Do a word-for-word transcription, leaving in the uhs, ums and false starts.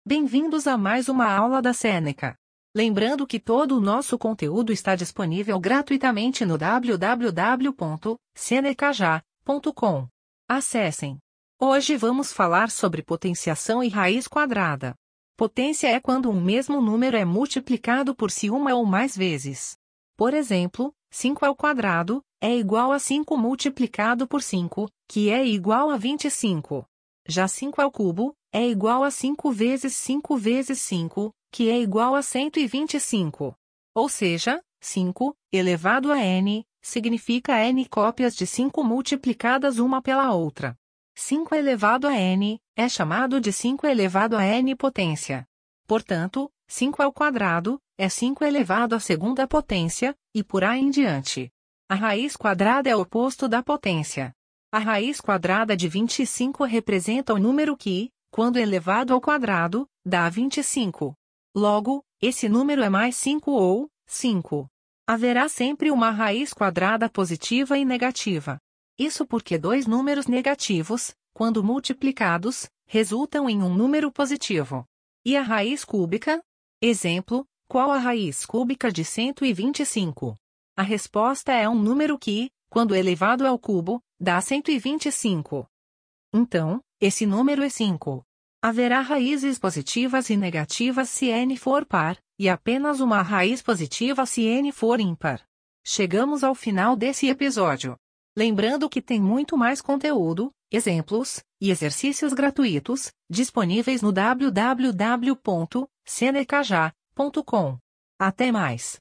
Bem-vindos a mais uma aula da Seneca. Lembrando que todo o nosso conteúdo está disponível gratuitamente no w w w ponto seneca ponto com. Acessem! Hoje vamos falar sobre potenciação e raiz quadrada. Potência é quando um mesmo número é multiplicado por si uma ou mais vezes. Por exemplo, cinco ao quadrado é igual a cinco multiplicado por cinco, que é igual a vinte e cinco. Já cinco ao cubo é igual a cinco vezes cinco vezes cinco, que é igual a cento e vinte e cinco. Ou seja, cinco elevado a n significa n cópias de cinco multiplicadas uma pela outra. cinco elevado a n é chamado de cinco elevado a n potência. Portanto, cinco ao quadrado é cinco elevado à segunda potência, e por aí em diante. A raiz quadrada é o oposto da potência. A raiz quadrada de vinte e cinco representa o número que, quando elevado ao quadrado, dá vinte e cinco. Logo, esse número é mais cinco ou cinco. Haverá sempre uma raiz quadrada positiva e negativa. Isso porque dois números negativos, quando multiplicados, resultam em um número positivo. E a raiz cúbica? Exemplo, qual a raiz cúbica de cento e vinte e cinco? A resposta é um número que, quando elevado ao cubo, dá cento e vinte e cinco. Então, esse número é cinco. Haverá raízes positivas e negativas se n for par, e apenas uma raiz positiva se n for ímpar. Chegamos ao final desse episódio. Lembrando que tem muito mais conteúdo, exemplos e exercícios gratuitos disponíveis no w w w ponto seneca ponto com. Até mais!